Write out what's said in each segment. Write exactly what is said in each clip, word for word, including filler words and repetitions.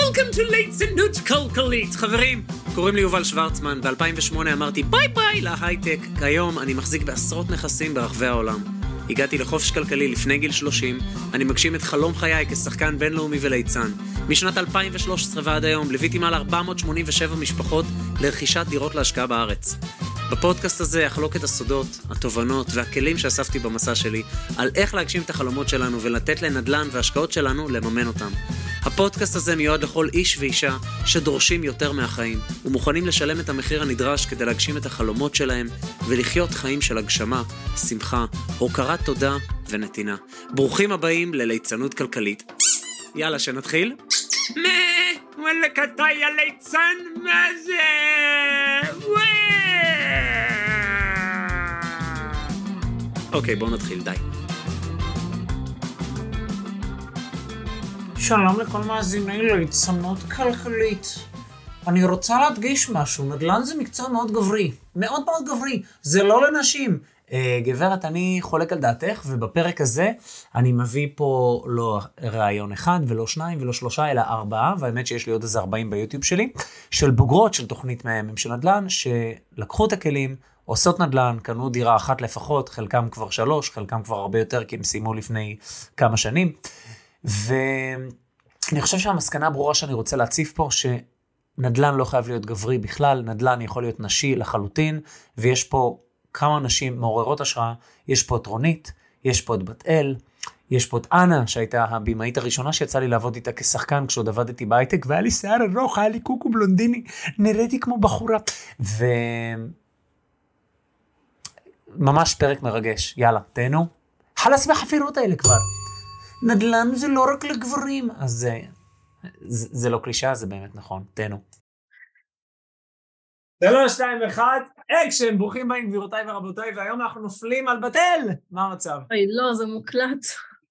Welcome to ליצנות כלכלית. חברים, קוראים לי יובל שוורצמן. ב-אלפיים ושמונה אמרתי ביי ביי להייטק. כיום אני מחזיק בעשרות נכסים ברחבי העולם. הגעתי לחופש כלכלי לפני גיל שלושים. אני מגשים את חלום חיי כשחקן בינלאומי וליצן. משנת אלפיים ושלוש עשרה ועד היום ליוויתי מעל ארבע מאות שמונים ושבע משפחות לרכישת דירות להשקעה בארץ. בפודקאסט הזה אחלוק את הסודות, התובנות והכלים שאספתי במסע שלי על איך להגשים את החלומות שלנו ולתת לנדל"ן והשקעות שלנו לממן אותם. הפודקאסט הזה מיועד לכל איש ואישה שדורשים יותר מהחיים ומוכנים לשלם את המחיר הנדרש כדי להגשים את החלומות שלהם ולחיות חיים של הגשמה, שמחה, הוקרת תודה ונתינה. ברוכים הבאים לליצנות כלכלית. יאללה, שנתחיל? מה? וואלה קטעי הליצן? מה זה? אוקיי, בואו נתחיל, די. שלום לכל מאזיני ליצנות כלכלית. אני רוצה להדגיש משהו, נדל"ן זה מקצוע מאוד גברי, מאוד מאוד גברי, זה לא לנשים. אה, גברת, אני חולק על דעתך, ובפרק הזה אני מביא פה לא רעיון אחד ולא שניים ולא שלושה, אלא ארבעה, והאמת שיש לי עוד איזה ארבעים ביוטיוב שלי, של בוגרות של תוכנית מהימים של נדל"ן, שלקחו את הכלים, עושות נדל"ן, קנו דירה אחת לפחות, חלקם כבר שלוש, חלקם כבר הרבה יותר, כי הם סיימו לפני כמה שנים. ואני חושב שהמסקנה הברורה שאני רוצה להציף פה, שנדל"ן לא חייב להיות גברי בכלל, נדל"ן יכול להיות נשי לחלוטין, ויש פה כמה נשים מעוררות השראה, יש פה את רונית, יש פה את בת אל, יש פה את אנה, שהייתה הבימאית הראשונה שיצא לי לעבוד איתה כשחקן, כשעוד עבדתי בהייטק, והיה לי שיער ארוך, היה לי קוקו בלונדיני, נראיתי כמו בחורה, וממש פרק מרגש, יאללה, תהנו. חלס מהחפירות האלה כבר. נדל"ן זה לא רק לגברים, אז זה, זה, זה לא קלישה, זה באמת נכון, תהנו. שלוש, שתיים, אחד, אקשן, ברוכים באים גבירותיי ורבותיי, והיום אנחנו נופלים על בת אל. מה המצב? אוי, לא, זה מוקלט.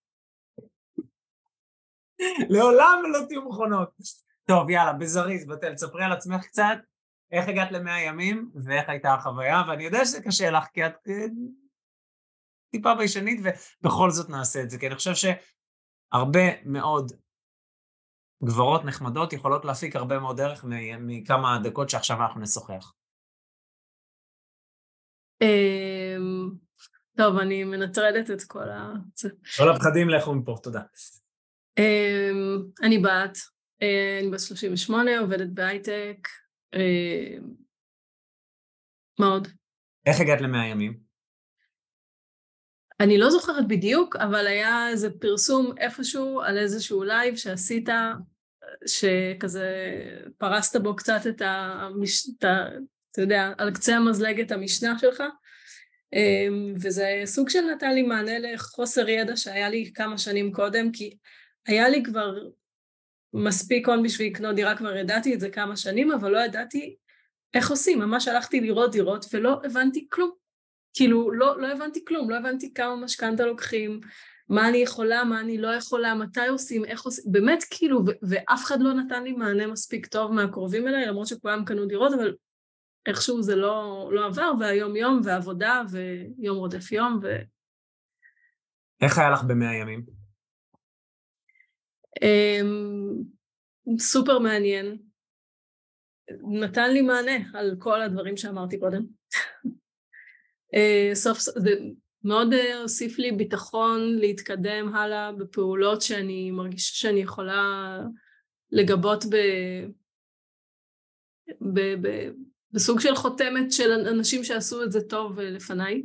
לעולם לא תהיו מוכנות. טוב, יאללה, בזריז, בת אל, תספרי על עצמך קצת, איך הגעת למאה ימים, ואיך הייתה החוויה, ואני יודע שזה קשה לך, כי את טיפה ביישנית, ובכל זאת נעשה את זה, כי אני חושב שהרבה מאוד גברות נחמדות יכולות להפיק הרבה מאוד דרך מכמה דקות שעכשיו אנחנו נשוחח. טוב, אני מנטרדת את כל ה... כל הפחדים לכו מפה, תודה. אני בת, אני בת שלושים ושמונה, עובדת בהייטק. מה עוד? איך הגעת למאה ימים? אני לא זוכרת בדיוק, אבל היה איזה פרסום איפשהו על איזשהו לייב שעשית, שכזה פרסת בו קצת את המש... אתה יודע, על קצה המזלג את המשנה שלך, וזה סוג של נתן לי מענה לחוסר ידע שהיה לי כמה שנים קודם, כי היה לי כבר מספיק הון בשביל לקנות דירה, כבר ידעתי את זה כמה שנים, אבל לא ידעתי איך עושים, ממש הלכתי לראות דירות ולא הבנתי כלום. כאילו, לא, לא הבנתי כלום, לא הבנתי כמה משכנתה לוקחים, מה אני יכולה, מה אני לא יכולה, מתי עושים, איך עושים, באמת כאילו, ו- ואף אחד לא נתן לי מענה מספיק טוב מהקרובים אליי, למרות שכולם קנו דירות, אבל איכשהו זה לא, לא עבר, והיום יום, ועבודה, ויום רודף יום, ו... איך היה לך במאה ימים? סופר מעניין. נתן לי מענה על כל הדברים שאמרתי קודם. סוף סוף, זה מאוד הוסיף לי ביטחון להתקדם הלאה בפעולות שאני מרגישה שאני יכולה לגבות ב, ב, ב, בסוג של חותמת של אנשים שעשו את זה טוב לפניי.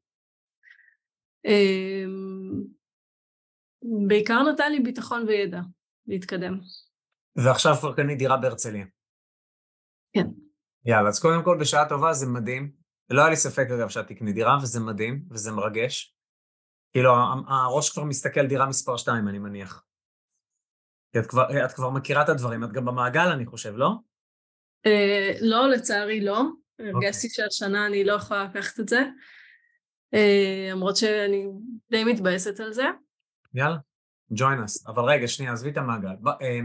בעיקר נתן לי ביטחון וידע להתקדם. ועכשיו כבר קנית דירה בהרצליה. כן. יאללה, אז קודם כל בשעה טובה זה מדהים. לא היה לי ספק אגב שאת תקני דירה, וזה מדהים, וזה מרגש. כאילו, הראש כבר מסתכל דירה מספר שתיים, אני מניח. את כבר, את כבר מכירה את הדברים, את גם במעגל, אני חושב, לא? אה, לא, לצערי לא. הרגשתי שהשנה אני לא יכולה לקחת את זה. אה, למרות שאני די מתבאסת על זה. יאללה, join us. אבל רגע, שנייה, עזבי את המעגל. ב, אה,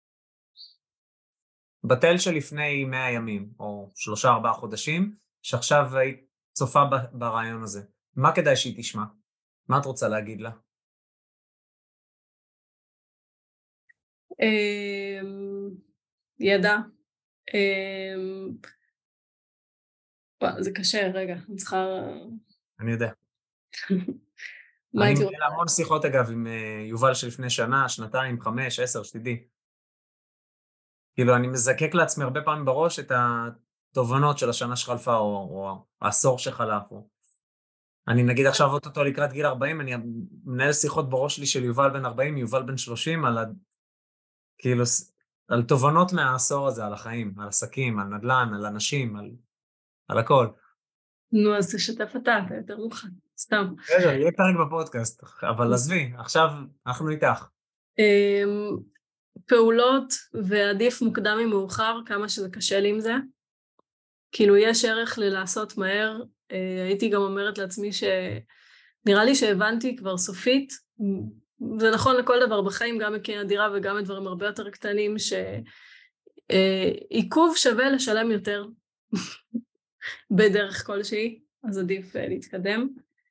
בתל שלפני מאה ימים, או שלושה, ארבעה חודשים, שעכשיו היית צופה ברעיון הזה. מה כדאי שהיא תשמע? מה את רוצה להגיד לה? ידע. זה קשה, רגע, אני צריכה... אני יודע. מה אני הייתי מגיע להמון שיחות אגב עם יובל של לפני שנה, שנתיים, חמש, עשר, שתדעי. כאילו אני מזקק לעצמי הרבה פעמים בראש את התובנות של השנה שחלפה, או, או העשור שחלף. או... אני נגיד עכשיו אותו לקראת גיל ארבעים, אני מנהל שיחות בראש שלי של יובל בן ארבעים, יובל בן שלושים, על, ה... כאילו, על תובנות מהעשור הזה, על החיים, על עסקים, על נדל"ן, על אנשים, על, על הכל. נו, אז תשתף אתה, אתה יותר מוכן, סתם. בסדר, יהיה פרק בפודקאסט, אבל עזבי, עכשיו אנחנו איתך. פעולות ועדיף מוקדם ממאוחר, כמה שזה קשה לי עם זה. כאילו יש ערך ללעשות מהר, הייתי גם אומרת לעצמי שנראה לי שהבנתי כבר סופית, זה נכון לכל דבר בחיים, גם מקניית דירה וגם לדברים הרבה יותר קטנים, שעיכוב שווה לשלם יותר בדרך כלשהי, אז עדיף להתקדם.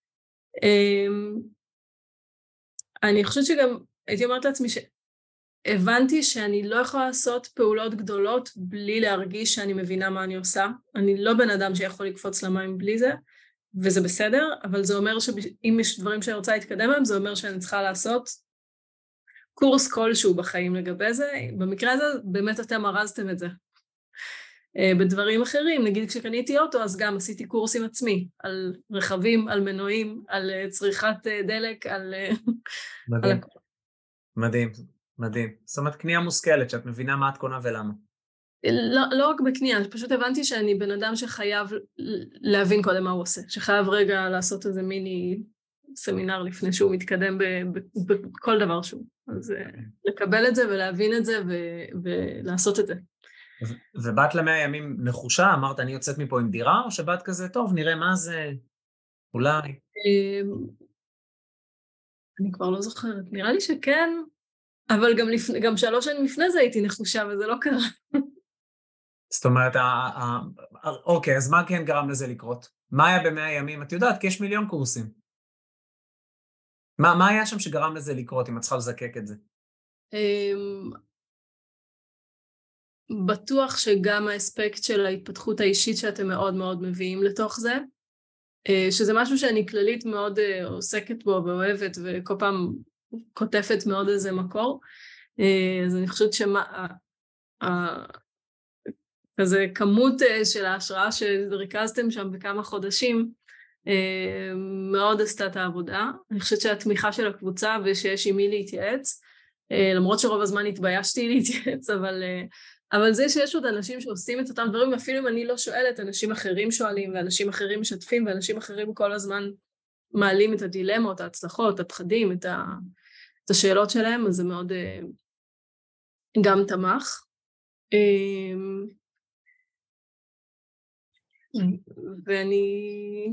אני חושבת שגם הייתי אומרת לעצמי שהבנתי שאני לא יכולה לעשות פעולות גדולות בלי להרגיש שאני מבינה מה אני עושה. אני לא בן אדם שיכול לקפוץ למים בלי זה, וזה בסדר, אבל זה אומר שאם יש דברים שאני רוצה להתקדם מהם, זה אומר שאני צריכה לעשות קורס כלשהו בחיים לגבי זה. במקרה הזה באמת אתם ארזתם את זה. בדברים אחרים, נגיד כשקניתי אוטו, אז גם עשיתי קורס עם עצמי, על רכבים, על מנועים, על צריכת דלק, על... מדהים, על... מדהים, מדהים. זאת אומרת, קנייה מושכלת, שאת מבינה מה את קונה ולמה. לא, לא רק בקנייה, פשוט הבנתי שאני בן אדם שחייב להבין קודם מה הוא עושה, שחייב רגע לעשות איזה מיני סמינר לפני שהוא מתקדם בכל דבר שהוא. אז לקבל את זה ולהבין את זה ולעשות את זה. ובאת למאה ימים נחושה, אמרת אני יוצאת מפה עם דירה, או שבאת כזה טוב, נראה מה זה, אולי? אני כבר לא זוכרת, נראה לי שכן, אבל גם, לפני, גם שלוש שנים לפני זה הייתי נחושה, וזה לא קרה. זאת אומרת, אוקיי, אז מה כן גרם לזה לקרות? מה היה במאה ימים? את יודעת, כי יש מיליון קורסים. מה, מה היה שם שגרם לזה לקרות, אם את צריכה לזקק את זה? בטוח שגם האספקט של ההתפתחות האישית שאתם מאוד מאוד מביאים לתוך זה, שזה משהו שאני כללית מאוד עוסקת בו ואוהבת, וכל פעם כותפת מאוד איזה מקור, אז אני חושבת שמה, כזה כמות של ההשראה שריכזתם שם בכמה חודשים, מאוד עשתה את העבודה. אני חושבת שהתמיכה של הקבוצה ושיש עם מי להתייעץ, למרות שרוב הזמן התביישתי להתייעץ, אבל... אבל זה שיש עוד אנשים שעושים את אותם דברים, אפילו אם אני לא שואלת, אנשים אחרים שואלים, ואנשים אחרים משתפים, ואנשים אחרים כל הזמן מעלים את הדילמות, ההצלחות, הפחדים, את, ה... את השאלות שלהם, אז זה מאוד גם תמך. ואני...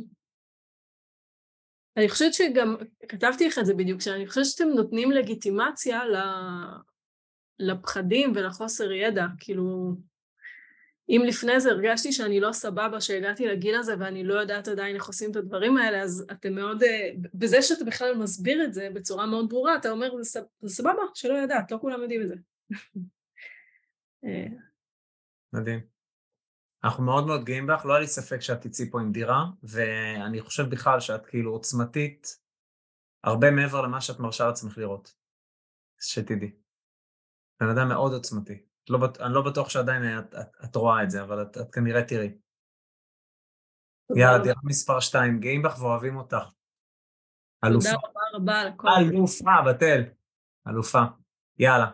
אני חושבת שגם, כתבתי לך את זה בדיוק, שאני חושבת שאתם נותנים לגיטימציה ל... לפחדים ולחוסר ידע, כאילו, אם לפני זה הרגשתי שאני לא סבבה שהגעתי לגיל הזה ואני לא יודעת עדיין איך עושים את הדברים האלה, אז אתם מאוד, בזה שאתה בכלל מסביר את זה בצורה מאוד ברורה, אתה אומר, זה סבבה, שלא ידעת, לא כולם יודעים את זה. מדהים. אנחנו מאוד מאוד גאים בך, לא היה לי ספק שאת תצאי פה עם דירה, ואני חושב בכלל שאת כאילו עוצמתית, הרבה מעבר למה שאת מרשה לעצמך לראות, שתדעי. בן אדם מאוד עוצמתי. לא, אני לא בטוח שעדיין את, את, את רואה את זה, אבל את, את כנראה תראי. יאללה, דירה מספר שתיים, גאים בך ואוהבים אותך. אלופה. תודה רבה רבה על הכל. אלופה, בתל. אלופה. יאללה.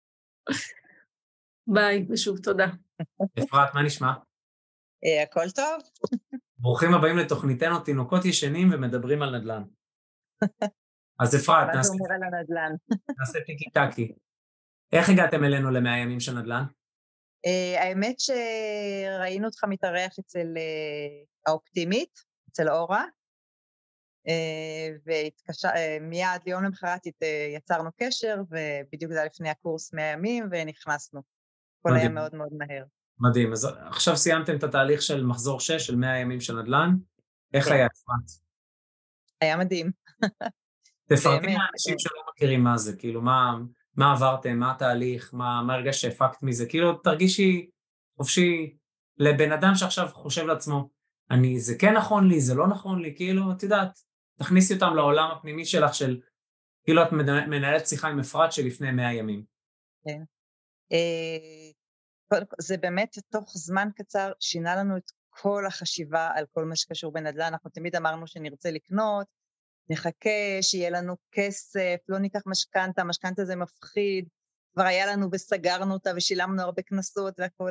ביי, ושוב תודה. אפרת, מה נשמע? הכל טוב. ברוכים הבאים לתוכניתנו, תינוקות ישנים ומדברים על נדל"ן. אז אפרת, נעשה, נעשה טיקי טקי. איך הגעתם אלינו למאה ימים של נדל"ן? האמת שראינו אותך מתארח אצל האופטימית, אצל אורה, ומיד ליום למחרת יצרנו קשר, ובדיוק זה היה לפני הקורס מאה ימים, ונכנסנו. הכל היה מאוד מאוד מהר. מדהים, אז עכשיו סיימתם את התהליך של מחזור שש, של מאה ימים של נדל"ן. איך היה אפרת? היה מדהים. תפרטי לאנשים שלא מכירים מה זה, כאילו מה... מה עברתם, מה התהליך, מה, מה הרגש שהפקת מזה, כאילו תרגישי חופשי לבן אדם שעכשיו חושב לעצמו, אני, זה כן נכון לי, זה לא נכון לי, כאילו, את יודעת, תכניסי אותם לעולם הפנימי שלך של, כאילו את מנהלת שיחה עם אפרת שלפני מאה ימים. כן. אה, קודם כל, זה באמת תוך זמן קצר שינה לנו את כל החשיבה על כל מה שקשור בנדל"ן, אנחנו תמיד אמרנו שנרצה לקנות, נחכה, שיהיה לנו כסף, לא ניקח משכנתה, משכנתה זה מפחיד, כבר היה לנו וסגרנו אותה ושילמנו הרבה כנסות והכל,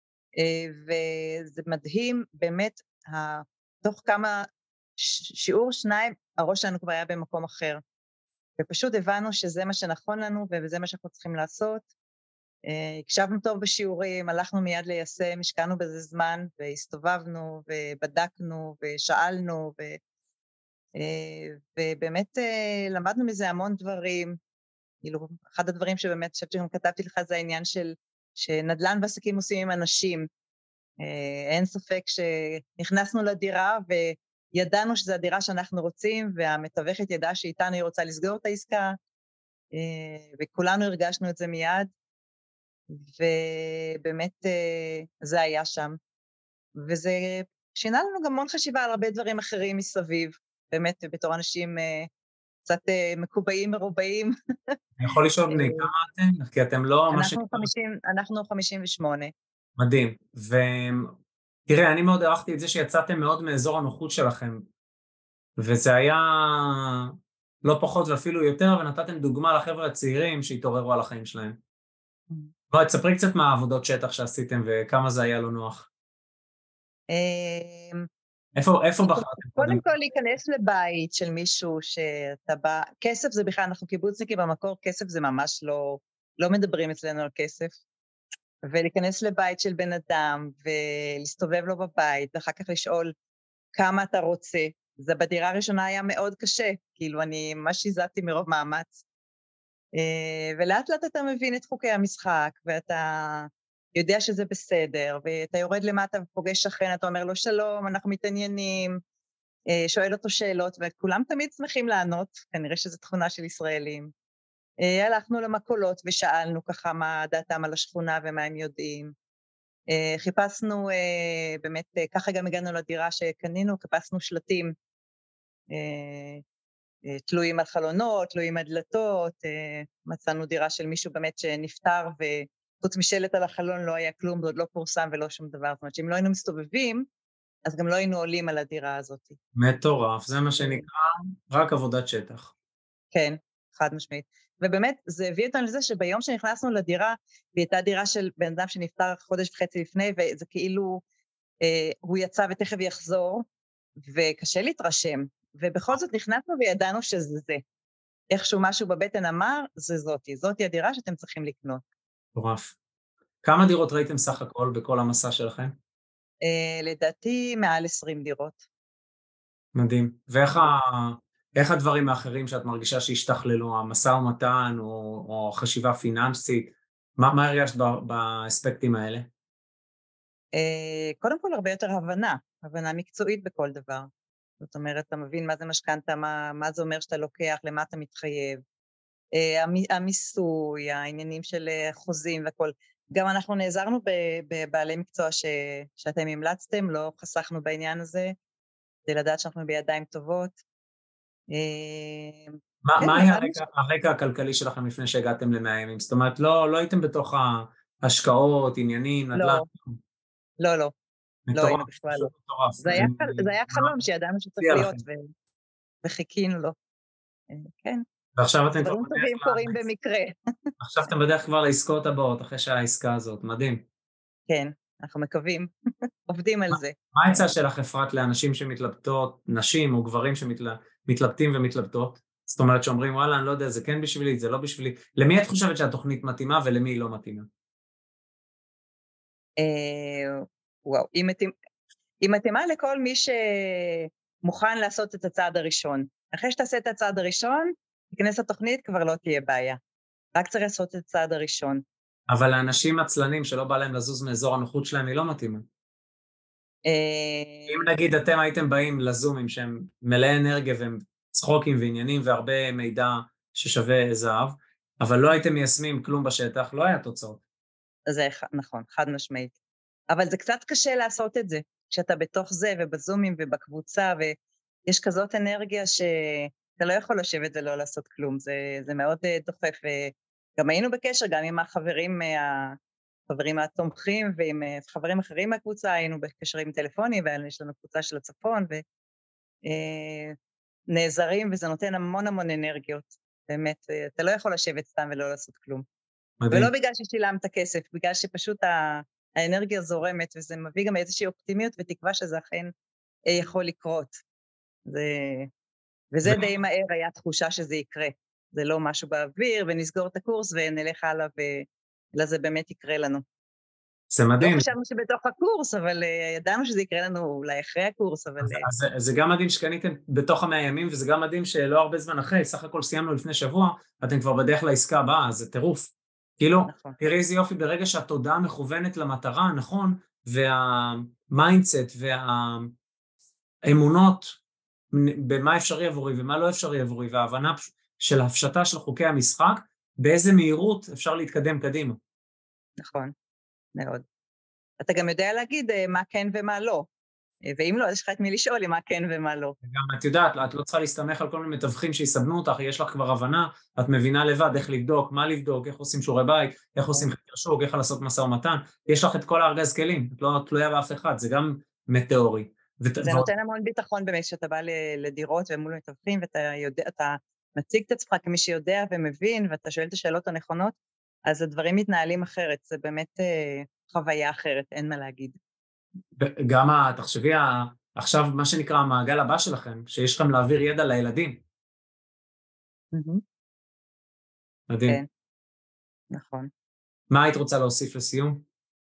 וזה מדהים, באמת, תוך כמה שיעור שניים, הראש שלנו כבר היה במקום אחר, ופשוט הבנו שזה מה שנכון לנו וזה מה שאנחנו צריכים לעשות, הקשבנו טוב בשיעורים, הלכנו מיד ליישם, השקענו בזה זמן, והסתובבנו ובדקנו ושאלנו, ו... ובאמת למדנו מזה המון דברים, כאילו, אחד הדברים שבאמת חושבת שגם כתבתי לך זה העניין של שנדל"ן ועסקים עושים עם אנשים, אין ספק שנכנסנו לדירה וידענו שזו הדירה שאנחנו רוצים, והמתווכת ידעה שאיתנו היא רוצה לסגור את העסקה, וכולנו הרגשנו את זה מיד, ובאמת זה היה שם, וזה שינה לנו גם המון חשיבה על הרבה דברים אחרים מסביב, באמת בתור אנשים קצת מקובעים מרובעים. אני יכול לשאול בני כמה אתם? כי אתם לא... אנחנו חמישים ושמונה. מדהים, ותראה, אני מאוד הערכתי את זה שיצאתם מאוד מאזור הנוחות שלכם, וזה היה לא פחות ואפילו יותר, ונתתם דוגמה לחבר'ה הצעירים שהתעוררו על החיים שלהם. בואי, תספרי קצת מה העבודות שטח שעשיתם וכמה זה היה לא נוח. איפה, איפה בחרתם? קודם כל להיכנס לבית של מישהו שאתה בא, כסף זה בכלל, אנחנו קיבוצניקים במקור, כסף זה ממש לא, לא מדברים אצלנו על כסף, ולהיכנס לבית של בן אדם ולהסתובב לו בבית, ואחר כך לשאול כמה אתה רוצה, זה בדירה הראשונה היה מאוד קשה, כאילו אני ממש הזעתי מרוב מאמץ, ולאט לאט אתה מבין את חוקי המשחק, ואתה יודע שזה בסדר, ואתה יורד למטה ופוגש שכן, אתה אומר לו שלום, אנחנו מתעניינים, שואל אותו שאלות, וכולם תמיד שמחים לענות, כנראה שזו תכונה של ישראלים. הלכנו למקולות ושאלנו ככה מה דעתם על השכונה ומה הם יודעים. חיפשנו, באמת, ככה גם הגענו לדירה שקנינו, חיפשנו שלטים, תלויים על חלונות, תלויים על דלתות, מצאנו דירה של מישהו באמת שנפטר, וחוץ משלט על החלון לא היה כלום, עוד לא פורסם ולא שום דבר, זאת אומרת שאם לא היינו מסתובבים, אז גם לא היינו עולים על הדירה הזאת. מטורף, זה מה שנקרא רק עבודת שטח. כן, חד משמעית. ובאמת זה הביא אותנו לזה שביום שנכנסנו לדירה, והיא הייתה דירה של בן אדם שנפטר חודש וחצי לפני, וזה כאילו אה, הוא יצא ותכף יחזור, וקשה להתרשם. ובכל זאת נכנסנו וידענו שזה זה. איכשהו משהו בבטן אמר, זה זאתי. זאתי הדירה שאתם צריכים לקנות. מטורף. כמה דירות ראיתם סך הכל בכל המסע שלכם? אה, לדעתי מעל עשרים דירות. מדהים. ואיך ה... איך הדברים האחרים שאת מרגישה שהשתכללו, המשא ומתן או, או חשיבה פיננסית, מה, מה הרגשת באספקטים האלה? אה, קודם כל הרבה יותר הבנה, הבנה מקצועית בכל דבר. זאת אומרת, אתה מבין מה זה משכנתה, מה, מה זה אומר שאתה לוקח, למה אתה מתחייב, אה, המיסוי, העניינים של חוזים וכל. גם אנחנו נעזרנו בבעלי מקצוע ש, שאתם המלצתם, לא חסכנו בעניין הזה, כדי לדעת שאנחנו בידיים טובות. מה, מה היה הרקע, הרקע הכלכלי שלכם לפני שהגעתם למאה ימים? זאת אומרת, לא, לא הייתם בתוך ההשקעות, עניינים, נדל"ן? לא, לא, לא, לא היינו בכלל לא. זה היה, זה היה חלום שידענו שצריך להיות, וחיכינו לו. כן. ועכשיו אתם כבר בדרך קוראים במקרה. עכשיו אתם בדרך כבר לעסקאות הבאות, אחרי שהעסקה הזאת, מדהים. כן, אנחנו מקווים, עובדים על זה. מה העצה שלך, אפרת, לאנשים שמתלבטות, נשים או גברים שמתלבטים ומתלבטות? זאת אומרת שאומרים, וואלה, אני לא יודע, זה כן בשבילי, זה לא בשבילי. למי את חושבת שהתוכנית מתאימה ולמי היא לא מתאימה? וואו, היא מתאימה לכל מי שמוכן לעשות את הצעד הראשון. אחרי שתעשה את הצעד הראשון, תיכנס לתוכנית, כבר לא תהיה בעיה. רק צריך לעשות את הצעד הראשון. אבל לאנשים עצלנים שלא בא להם לזוז מאזור הנוחות שלהם, היא לא מתאימה. אם נגיד אתם הייתם באים לזומים שהם מלאי אנרגיה והם צחוקים ועניינים והרבה מידע ששווה זהב, אבל לא הייתם מיישמים כלום בשטח, לא היה תוצאות. זה נכון, חד משמעית. אבל זה קצת קשה לעשות את זה, כשאתה בתוך זה ובזומים ובקבוצה, ויש כזאת אנרגיה שאתה לא יכול לשבת ולא לעשות כלום, זה, זה מאוד דוחף. גם היינו בקשר, גם עם החברים, החברים התומכים, ועם חברים אחרים מהקבוצה, היינו בקשר עם טלפונים, ויש לנו קבוצה של הצפון, ונעזרים, וזה נותן המון המון אנרגיות. באמת, אתה לא יכול לשבת סתם ולא לעשות כלום. מדהים. ולא בגלל ששילמת כסף, בגלל שפשוט האנרגיה זורמת, וזה מביא גם איזושהי אופטימיות ותקווה שזה אכן יכול לקרות. זה, וזה די מהר היה תחושה שזה יקרה. זה לא משהו באוויר, ונסגור את הקורס ונלך הלאה, אלא זה באמת יקרה לנו. זה מדהים. לא חשבנו שבתוך הקורס, אבל ידענו שזה יקרה לנו אולי אחרי הקורס, אבל... אז, אז זה גם מדהים שקניתם בתוך המאה ימים, וזה גם מדהים שלא הרבה זמן אחרי, סך הכל סיימנו לפני שבוע, אתם כבר בדרך לעסקה הבאה, אז זה טירוף. כאילו, נכון. תראי איזה יופי, ברגע שהתודעה מכוונת למטרה, נכון, והמיינדסט והאמונות במה אפשרי עבורי ומה לא אפשרי עבורי, וההבנה של הפשטה של חוקי המשחק, באיזה מהירות אפשר להתקדם קדימה. נכון, מאוד. אתה גם יודע להגיד מה כן ומה לא, ואם לא, אז יש לך את מי לשאול מה כן ומה לא. גם את יודעת, את לא צריכה להסתמך על כל מיני מתווכים שיסבנו אותך, יש לך כבר הבנה, את מבינה לבד איך לבדוק, מה לבדוק, איך עושים שיעורי בית, איך עושים חקר שוק, איך לעשות משא ומתן, יש לך את כל הארגז כלים, את לא תלויה באף אחד, זה גם מטאורי. זה נותן המון ביטחון באמת, שאתה בא לדירות ומול מתווכים, ואתה יודע, אתה מציג את עצמך כמי שיודע ומבין, ואתה שואל את השאלות הנכונות, אז הדברים מתנהלים אחרת, זה באמת חוויה אחרת, אין מה להגיד. גם, תחשבי, עכשיו מה שנקרא המעגל הבא שלכם, שיש לכם להעביר ידע לילדים. מדהים. כן, נכון. מה היית רוצה להוסיף לסיום?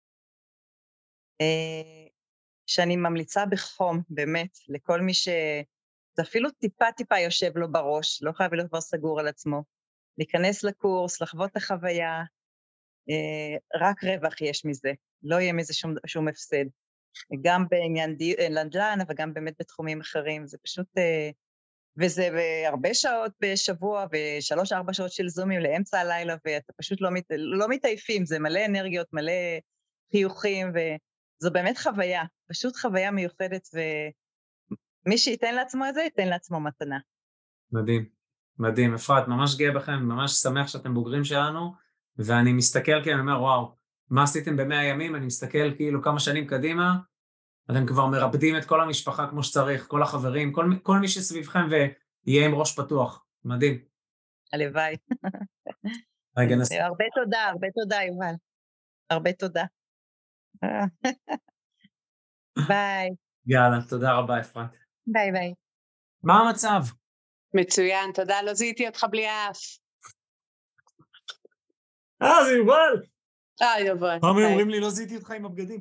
שאני ממליצה בחום, באמת, לכל מי ש... זה אפילו טיפה טיפה יושב לו בראש, לא חייב להיות כבר סגור על עצמו, להיכנס לקורס, לחוות את החוויה, רק רווח יש מזה, לא יהיה מזה שום, שום הפסד. גם בעניין נדל"ן, אבל גם באמת בתחומים אחרים, זה פשוט, וזה בהרבה שעות בשבוע, ושלוש ארבע שעות של זומים לאמצע הלילה, ואתה פשוט לא, מת, לא מתעייפים, זה מלא אנרגיות, מלא חיוכים, וזו באמת חוויה, פשוט חוויה מיוחדת, ומי שייתן לעצמו את זה, ייתן לעצמו מתנה. מדהים, מדהים, אפרת, ממש גאה בכם, ממש שמח שאתם בוגרים שלנו, ואני מסתכל כי אני אומר, וואו, מה עשיתם במאה ימים? אני מסתכל כאילו כמה שנים קדימה, אתם כבר מרפדים את כל המשפחה כמו שצריך, כל החברים, כל, כל מי שסביבכם ויהיה עם ראש פתוח. מדהים. הלוואי. רגע נסים. הרבה תודה, הרבה תודה, יובל. הרבה תודה. ביי. יאללה, תודה רבה, אפרת. ביי ביי. מה המצב? מצוין, תודה, לא זיהיתי אותך בלי אף. אה, זה יובל. אה, יובל. פעם אומרים לי, לא זיהיתי אותך עם הבגדים.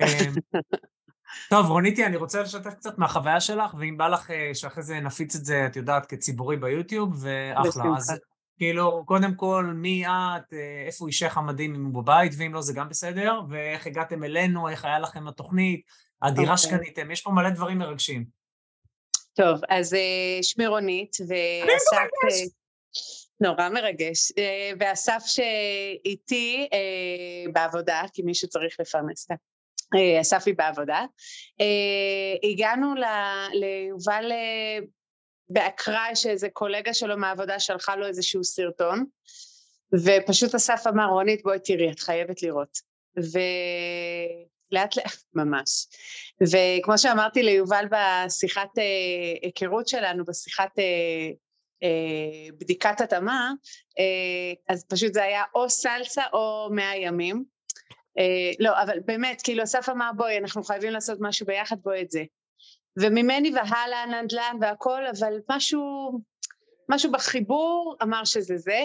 טוב, רוניתי, אני רוצה לשתף קצת מהחוויה שלך, ואם בא לך שאחרי זה נפיץ את זה, את יודעת, כציבורי ביוטיוב, ואחלה. אז כאילו, קודם כל, מי את, איפה אישך המדהים אם הוא בבית, ואם לא, זה גם בסדר, ואיך הגעתם אלינו, איך היה לכם התוכנית, הדירה שקניתם, יש פה מלא דברים מרגשים. טוב, אז שמי רונית, ואסף... נורא מרגש, ואסף שאיתי בעבודה, כי מישהו צריך לפרנס, אספי בעבודה, הגענו ליובל באקראי, שאיזה קולגה שלו מהעבודה שלחה לו איזשהו סרטון, ופשוט אסף אמר, רונית בואי תראי, את חייבת לראות, ולאט לאט ממש, וכמו שאמרתי ליובל בשיחת היכרות שלנו, בשיחת בדיקת התאמה, אז פשוט זה היה או סלסה או מאה ימים, לא, אבל באמת, כאילו אסף אמר בואי, אנחנו חייבים לעשות משהו ביחד, בואי את זה, וממני והלאה נדל"ן והכל, אבל משהו, משהו בחיבור אמר שזה זה,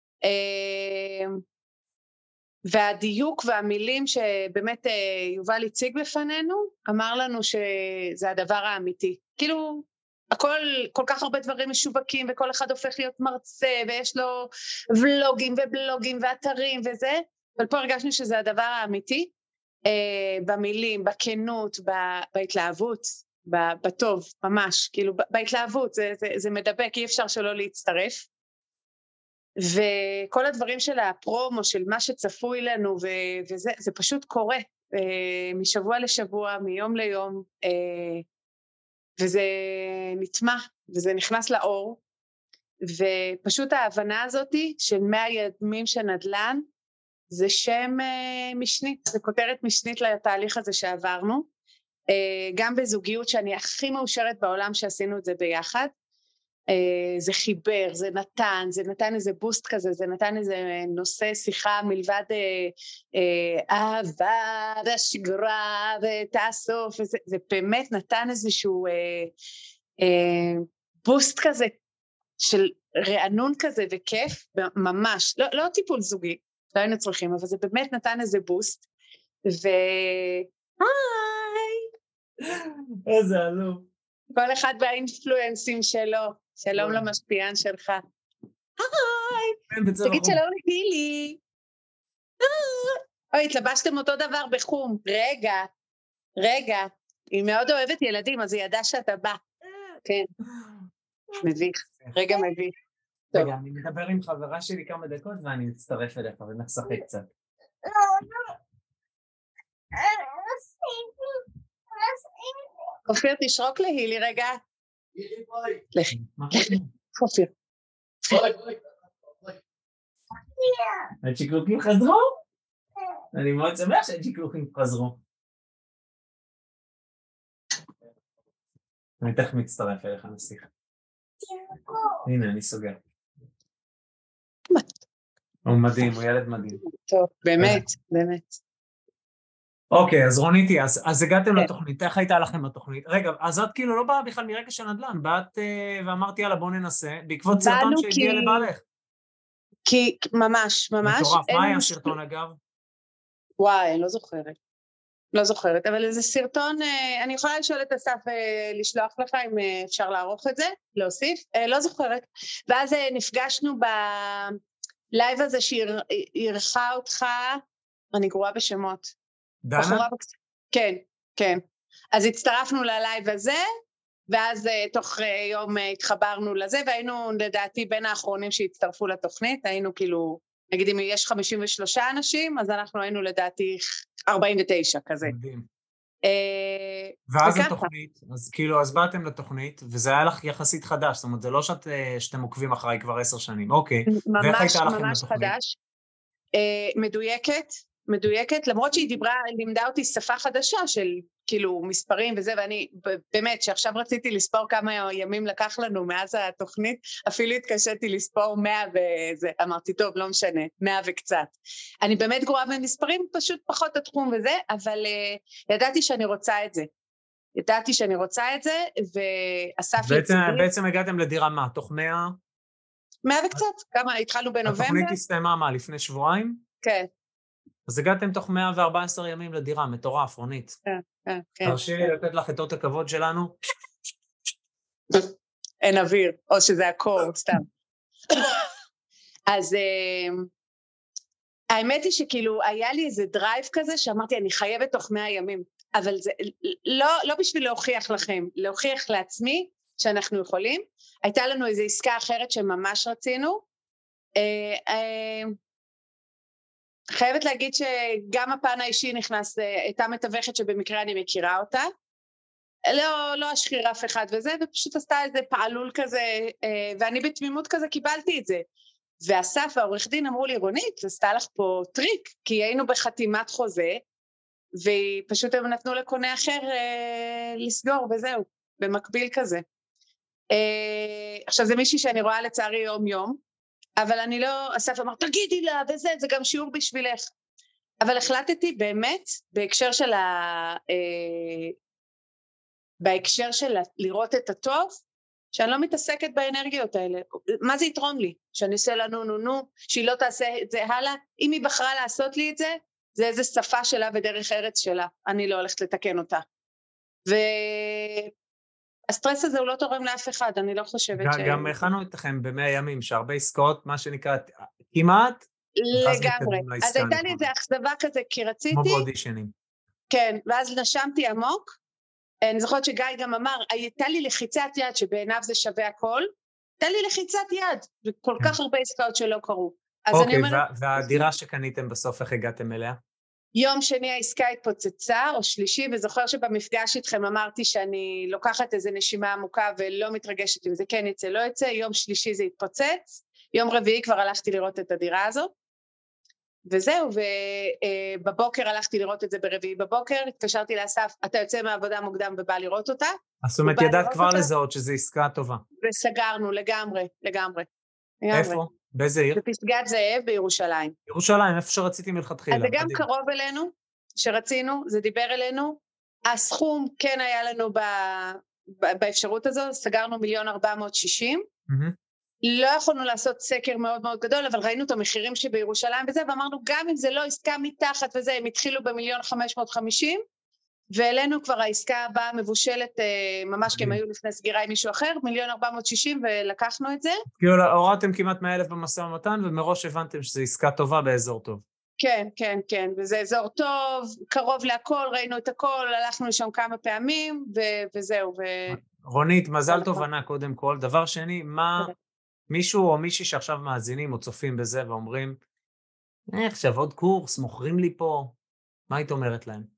והדיוק והמילים שבאמת יובל הציג בפנינו, אמר לנו שזה הדבר האמיתי, כאילו, הכל, כל כך הרבה דברים משובקים, וכל אחד הופך להיות מרצה, ויש לו ולוגים ובלוגים ואתרים וזה, אבל פה הרגשנו שזה הדבר האמיתי, אה, במילים, בכנות, בהתלהבות, בטוב, ממש, כאילו בהתלהבות, זה, זה, זה מדבק, אי אפשר שלא להצטרף, וכל הדברים של הפרומו, של מה שצפוי לנו, ו- וזה זה פשוט קורה, משבוע לשבוע, מיום ליום, וזה נטמע, וזה נכנס לאור, ופשוט ההבנה הזאת של מאה ימים של נדל"ן, זה שם משנית, זה כותרת משנית לתהליך הזה שעברנו, גם בזוגיות שאני הכי מאושרת בעולם שעשינו את זה ביחד, זה חיבר, זה נתן, זה נתן איזה בוסט כזה, זה נתן איזה נושא שיחה מלבד אהבה והשגרה ותאסוף, וזה, זה באמת נתן איזשהו בוסט כזה של רענון כזה וכיף, ממש, לא, לא טיפול זוגי, לא היינו צריכים, אבל זה באמת נתן איזה בוסט, ו... היי! איזה עלוב. כל אחד באינפלואנסים שלו, שלום למשפיען שלך. היי! תגיד שלום לגילי. אוי, התלבשתם אותו דבר בחום. רגע, רגע, היא מאוד אוהבת ילדים, אז היא ידעה שאתה בא. כן, מביך, רגע מביך. רגע, אני מדבר עם חברה שלי כמה דקות ואני מצטרף אליך ונשחק קצת. אופיר, תשרוק להילי רגע. לכי. אופיר. הצ'יקלוקים חזרו? אני מאוד שמח שהצ'יקלוקים חזרו. אני תכף מצטרף אליך נסיך. הנה, אני סוגר. הוא מדהים, הוא ילד מדהים. טוב, באמת, באמת. אוקיי, אז רוניתי, אז, אז הגעתם לתוכנית, איך הייתה לכם בתוכנית? רגע, אז את כאילו לא באה בכלל מרגע של נדל"ן, באת ואמרתי, יאללה, בוא ננסה, בעקבות סרטון שהגיע כי... לבעלך. כי, ממש, ממש. מטורף, מה היה הסרטון אגב? וואי, אני לא זוכרת. לא זוכרת, אבל איזה סרטון, אני יכולה לשאול את אסף לשלוח לך אם אפשר לערוך את זה, להוסיף, לא זוכרת. ואז נפגשנו בלייב הזה שערכה אותך, אני גרועה בשמות. דנה? כן, כן. אז הצטרפנו ללייב הזה, ואז תוך יום התחברנו לזה, והיינו לדעתי בין האחרונים שהצטרפו לתוכנית, היינו כאילו, נגיד אם יש חמישים ושלושה אנשים, אז אנחנו היינו לדעתי ארבעים ותשע כזה. מדהים. ואז וככה. התוכנית, אז כאילו, אז באתם לתוכנית, וזה היה לך יחסית חדש, זאת אומרת, זה לא שאת, שאתם עוקבים אחריי כבר עשר שנים, אוקיי. ממש, ממש חדש. מדויקת, מדויקת, למרות שהיא דיברה, לימדה אותי שפה חדשה של כאילו מספרים וזה, ואני באמת שעכשיו רציתי לספור כמה ימים לקח לנו מאז התוכנית, אפילו התקשיתי לספור מאה וזה, אמרתי טוב לא משנה, מאה וקצת. אני באמת גרועה במספרים, פשוט פחות התחום וזה, אבל uh, ידעתי שאני רוצה את זה. ידעתי שאני רוצה את זה, ואסף בעצם, בעצם הגעתם לדירה מה? תוך מאה? מאה וקצת, כמה? התחלנו בנובמבר? התוכנית הסתיימה מה? לפני שבועיים? כן. אז הגעתם תוך מאה וארבע עשרה ימים לדירה, מטורף, רונית. כן, כן, כן. תרשי לי לתת לך את אות הכבוד שלנו? אין אוויר, או שזה הקור, סתם. אז האמת היא שכאילו היה לי איזה דרייב כזה, שאמרתי אני חייבת תוך מאה ימים, אבל זה לא, לא בשביל להוכיח לכם, להוכיח לעצמי שאנחנו יכולים. הייתה לנו איזו עסקה אחרת שממש רצינו, חייבת להגיד שגם הפן האישי נכנס, הייתה מתווכת שבמקרה אני מכירה אותה, לא, לא אשחיר אף אחד וזה, ופשוט עשתה איזה פעלול כזה, ואני בתמימות כזה קיבלתי את זה. ואסף והעורך דין אמרו לי, רונית, עשתה לך פה טריק, כי היינו בחתימת חוזה, ופשוט הם נתנו לקונה אחר לסגור וזהו, במקביל כזה. עכשיו זה מישהי שאני רואה לצערי יום יום, אבל אני לא, אסף אמר, תגידי לה, וזה, זה גם שיעור בשבילך. אבל החלטתי באמת, בהקשר של ה... אה, בהקשר של לראות את הטוב, שאני לא מתעסקת באנרגיות האלה. מה זה יתרום לי? שאני עושה לה נו נו נו, שהיא לא תעשה את זה הלאה? אם היא בחרה לעשות לי את זה, זה איזה שפה שלה ודרך ארץ שלה. אני לא הולכת לתקן אותה. ו... הסטרס הזה הוא לא תורם לאף אחד, אני לא חושבת ש... גם הכנו אתכם במאה ימים, שהרבה עסקאות, מה שנקרא, כמעט... לגמרי. אז הייתה לי איזו אכזבה כזה, כי רציתי... כמו באודישנים. כן, ואז נשמתי עמוק, אני זוכרת שגיא גם אמר, הייתה לי לחיצת יד שבעיניו זה שווה הכל, תן לי לחיצת יד, וכל כך הרבה עסקאות שלא קרו. אוקיי, והדירה שקניתם בסוף, איך הגעתם אליה? יום שני העסקה התפוצצה, או שלישי, וזוכר שבמפגש איתכם אמרתי שאני לוקחת איזו נשימה עמוקה ולא מתרגשת אם זה כן יצא, לא יצא, יום שלישי זה התפוצץ, יום רביעי כבר הלכתי לראות את הדירה הזאת, וזהו, ובבוקר הלכתי לראות את זה ברביעי בבוקר, התקשרתי לאסף, אתה יוצא מהעבודה מוקדם ובא לראות אותה. זאת אומרת, ידעת כבר לזהות שזו עסקה טובה. וסגרנו לגמרי, לגמרי. איפה? באיזה עיר? בפסגת זאב בירושלים. ירושלים, איפה שרציתי מלכתחילה. אז זה גם קרוב אלינו, שרצינו, זה דיבר אלינו, הסכום כן היה לנו באפשרות הזו, סגרנו מיליון ארבע מאות שישים, לא יכולנו לעשות סקר מאוד מאוד גדול, אבל ראינו את המחירים שבירושלים וזה, ואמרנו גם אם זה לא עסקה מתחת וזה, הם התחילו במיליון חמש מאות חמישים, ואלינו כבר העסקה הבאה מבושלת, ממש כי הם היו לפני סגירה עם מישהו אחר, מיליון ארבע מאות שישים, ולקחנו את זה. כאילו, הורדתם כמעט מאה אלף במשא ומתן, ומראש הבנתם שזו עסקה טובה באזור טוב. כן, כן, כן, וזה אזור טוב, קרוב להכל, ראינו את הכל, הלכנו לשם כמה פעמים, וזהו. רונית, מזל טוב ענה קודם כל. דבר שני, מה מישהו או מישהי שעכשיו מאזינים או צופים בזה, ואומרים, אה, עכשיו עוד קורס, מוכרים לי פה, מה היית אומרת להם?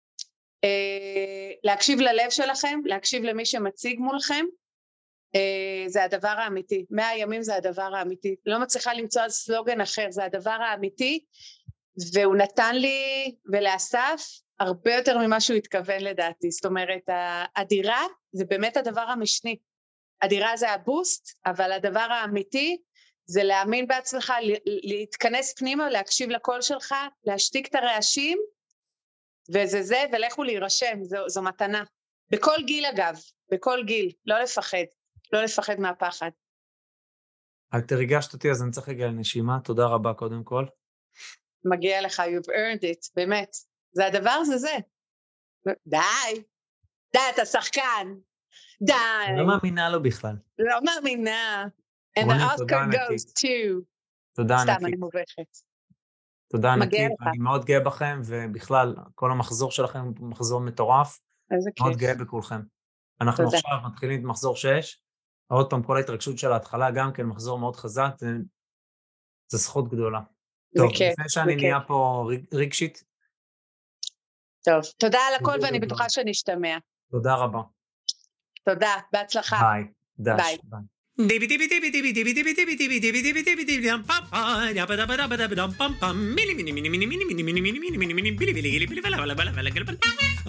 להקשיב ללב שלכם, להקשיב למי שמציג מולכם, זה הדבר האמיתי. מאה ימים זה הדבר האמיתי. לא מצליחה למצוא על סלוגן אחר, זה הדבר האמיתי, והוא נתן לי ולאסף הרבה יותר ממה שהוא התכוון לדעתי. זאת אומרת, הדירה זה באמת הדבר המשני. הדירה זה הבוסט, אבל הדבר האמיתי זה להאמין בעצמך, להתכנס פנימה, להקשיב לקול שלך, להשתיק את הרעשים, וזה זה, ולכו להירשם, זו, זו מתנה. בכל גיל אגב, בכל גיל, לא לפחד, לא לפחד מהפחד. את הרגשת אותי, אז אני צריך להגיע לנשימה, תודה רבה קודם כל. מגיע לך, you've earned it, באמת. זה הדבר, זה זה. די, די, אתה שחקן, די. אני לא מאמינה לו בכלל. לא מאמינה. And the Oscar goes to. תודה ענקית. סתם, אני מובכת. תודה ענקית, אני מאוד גאה בכם, ובכלל, כל המחזור שלכם הוא מחזור מטורף. איזה כיף. מאוד גאה בכולכם. אנחנו עכשיו מתחילים את מחזור שש, עוד פעם כל ההתרגשות של ההתחלה, גם כן מחזור מאוד חזק, זה זכות גדולה. טוב, לפני שאני נהיה פה רגשית. טוב, תודה על הכל ואני בטוחה שנשתמע. תודה רבה. תודה, בהצלחה. ביי. ביי. דיבי דיבי דיבי דיבי דיבי דיבי דיבי דיבי דיבי דיבי דיבי דיבי דם פם פם יאבא דאבא דאבא דאבא דם פם פם מיני מיני מיני מיני מיני מיני מיני מיני מיני מיני מיני בילי בילי גילי בילי בלה בלה בלה בלה גל בלה.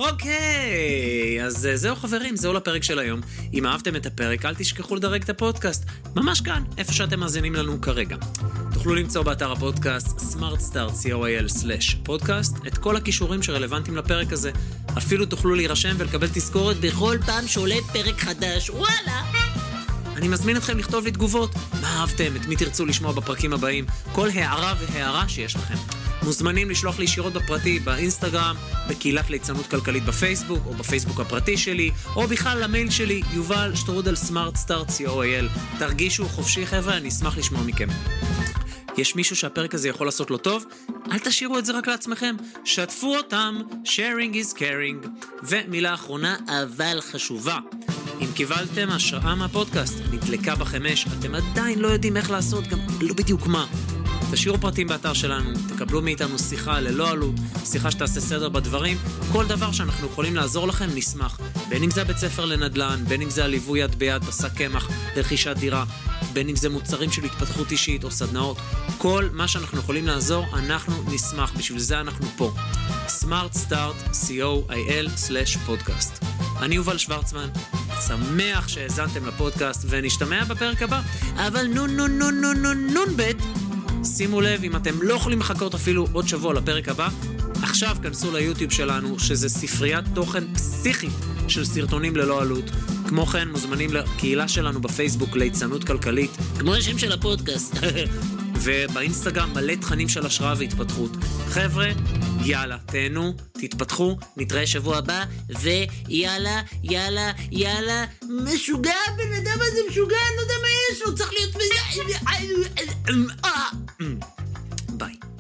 אוקיי, אז זהו חברים, זהו לפרק של היום. אם אהבתם את הפרק, אל תשכחו לדרג את הפודקאסט, ממש כאן, איפה שאתם מאזינים לנו כרגע. תוכלו למצוא באתר הפודקאסט smartstart co.il slash podcast את כל הכישורים שרלוונטיים לפרק הזה. אפילו תוכלו להירשם ולקבל תזכורת בכל פעם שעולה פרק חדש. וואלה! אני מזמין אתכם לכתוב לי תגובות, מה אהבתם, את מי תרצו לשמוע בפרקים הבאים, כל הערה והערה שיש לכם. מוזמנים לשלוח לי ישירות בפרטי, באינסטגרם, בקהילת ליצנות כלכלית בפייסבוק, או בפייסבוק הפרטי שלי, או בכלל למייל שלי, יובל שטרודל סמארטסטארט סי או איי אל. תרגישו חופשי חבר'ה, אני אשמח לשמוע מכם. יש מישהו שהפרק הזה יכול לעשות לו טוב? אל תשאירו את זה רק לעצמכם, שתפו אותם, sharing is caring. ומילה אחרונה, אבל חשובה. אם קיבלתם השראה מהפודקאסט, נדלקה בחמש, אתם עדיין לא יודעים איך לעשות, גם לא בדיוק מה. תשאירו פרטים באתר שלנו, תקבלו מאיתנו שיחה ללא עלות, שיחה שתעשה סדר בדברים, כל דבר שאנחנו יכולים לעזור לכם נשמח. בין אם זה הבית ספר לנדל"ן, בין אם זה הליווי יד ביד, עשה קמח, לרכישת דירה, בין אם זה מוצרים של התפתחות אישית או סדנאות, כל מה שאנחנו יכולים לעזור, אנחנו נשמח, בשביל זה אנחנו פה. smartstart co.il slash podcast. אני יובל שוורצמן, שמח שהאזנתם לפודקאסט ונשתמע בפרק הבא, אבל נון נון נון נון נון נון בית, שימו לב, אם אתם לא יכולים לחכות אפילו עוד שבוע לפרק הבא, עכשיו כנסו ליוטיוב שלנו, שזה ספריית תוכן פסיכית של סרטונים ללא עלות. כמו כן, מוזמנים לקהילה שלנו בפייסבוק, ליצנות כלכלית, כמו השם של הפודקאסט. ובאינסטגרם מלא תכנים של השראה והתפתחות. חבר'ה, יאללה, תהנו, תתפתחו, נתראה שבוע הבא, ויאללה, יאללה, יאללה, משוגע, בן אדם הזה משוגע, אני לא יודע מה יש לו, צריך להיות... ביי.